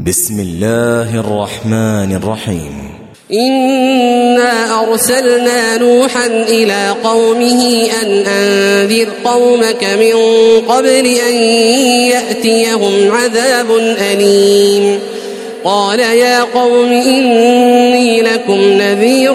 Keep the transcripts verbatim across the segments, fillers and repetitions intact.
بسم الله الرحمن الرحيم. إنا أرسلنا نوحا إلى قومه أن أنذر قومك من قبل أن يأتيهم عذاب أليم. قال يا قوم إني لكم نذير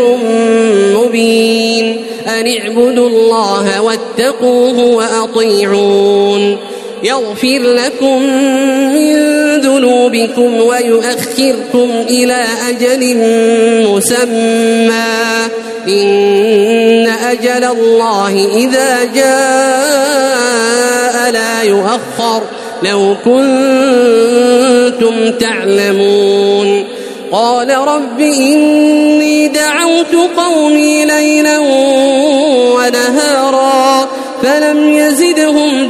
مبين أن اعبدوا الله واتقوه وأطيعون يغفر لكم من ذنوبكم ويؤخركم إلى أجل مسمى إن أجل الله إذا جاء لا يؤخر لو كنتم تعلمون. قال رب إني دعوت قومي ليلا ونهارا فلم يزدهم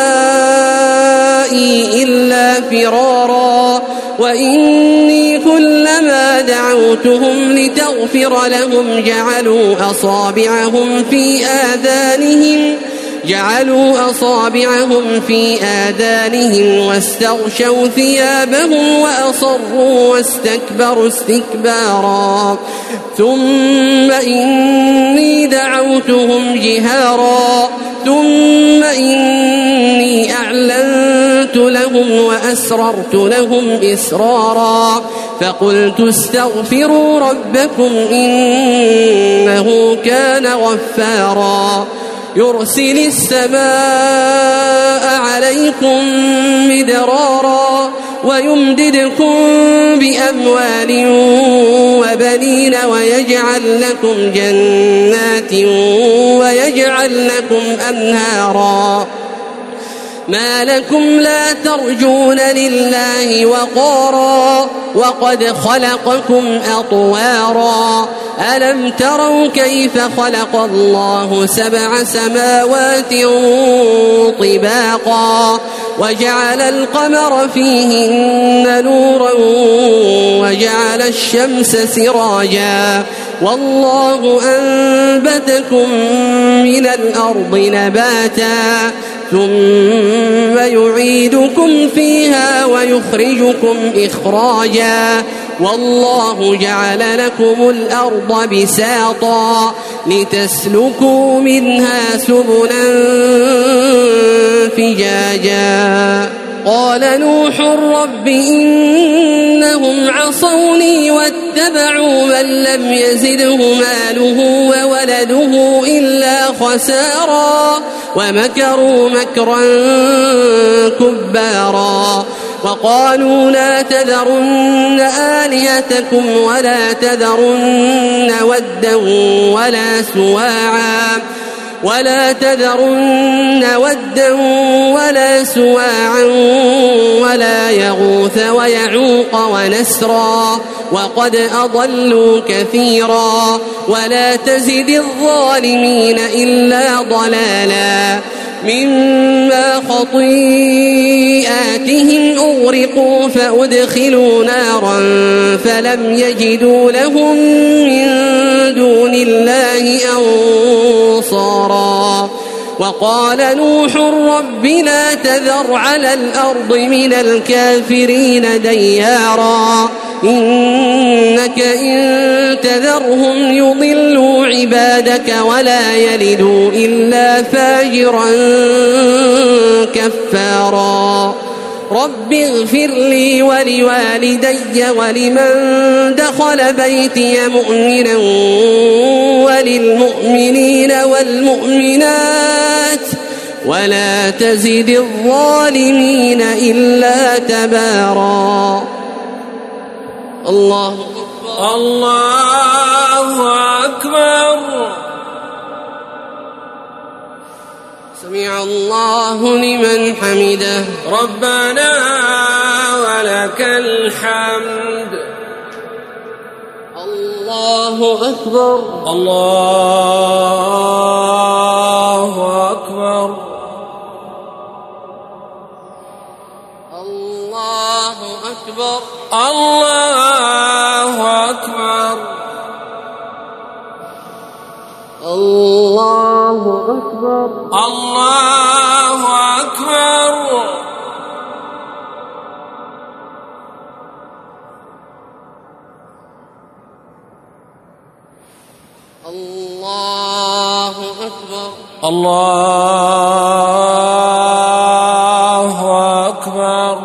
دعائي إلا فرارا وإني كلما دعوتهم لتغفر لهم جعلوا أصابعهم في آذانهم جعلوا أصابعهم في آذانهم واستغشوا ثيابهم وأصروا واستكبروا استكبارا ثم إني دعوتهم جهارا ثم إني أعلنت لهم وأسررت لهم إسرارا فقلت استغفروا ربكم إنه كان غفارا يرسل السماء عليكم مدرارا ويمددكم بأموال وبنين ويجعل لكم جنات ويجعل لكم أنهارا ما لكم لا ترجون لله وقارا وقد خلقكم أطوارا ألم تروا كيف خلق الله سبع سماوات طباقا وجعل القمر فيهن نورا وجعل الشمس سراجا والله أنبتكم من الأرض نباتا ثم يعيدكم فيها ويخرجكم إخراجا والله جعل لكم الأرض بساطا لتسلكوا منها سبلا فجاجا. قال نوح رب إنهم عصوني واتبعوا من لم يزده ماله وولده إلا خسارا ومكروا مكرا كبارا وقالوا لا تذرن آلهتكم ولا تذرن ودا ولا سواعا ولا تذرن ودا ولا سواعا ولا يغوث ويعوق ونسرا وقد أضلوا كثيرا ولا تزد الظالمين إلا ضلالا مما خطيئاتهم أغرقوا فأدخلوا نارا فلم يجدوا لهم من دون الله أنصارا. وقال نوح رب لا تذر على الأرض من الكافرين ديارا إنك إن تذرهم يضلوا عبادك ولا يلدوا إلا فاجرا كفارا. رب اغفر لي ولوالدي ولمن دخل بيتي مؤمنا وللمؤمنين والمؤمنات ولا تزد الظالمين إلا تبارا. الله أكبر الله أكبر. سمع الله لمن حمده ربنا ولك الحمد. الله أكبر الله أكبر الله أكبر الله أكبر الله أكبر الله أكبر الله أكبر. الله أكبر.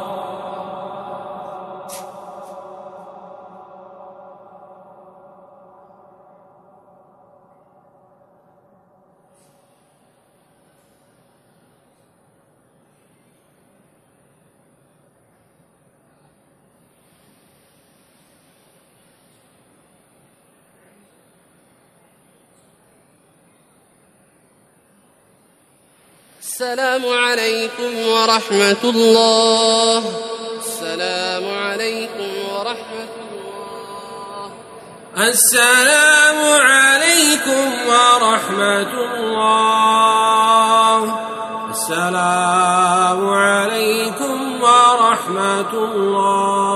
السلام عليكم ورحمة الله. السلام عليكم ورحمة الله. السلام عليكم ورحمة الله. السلام عليكم ورحمة الله.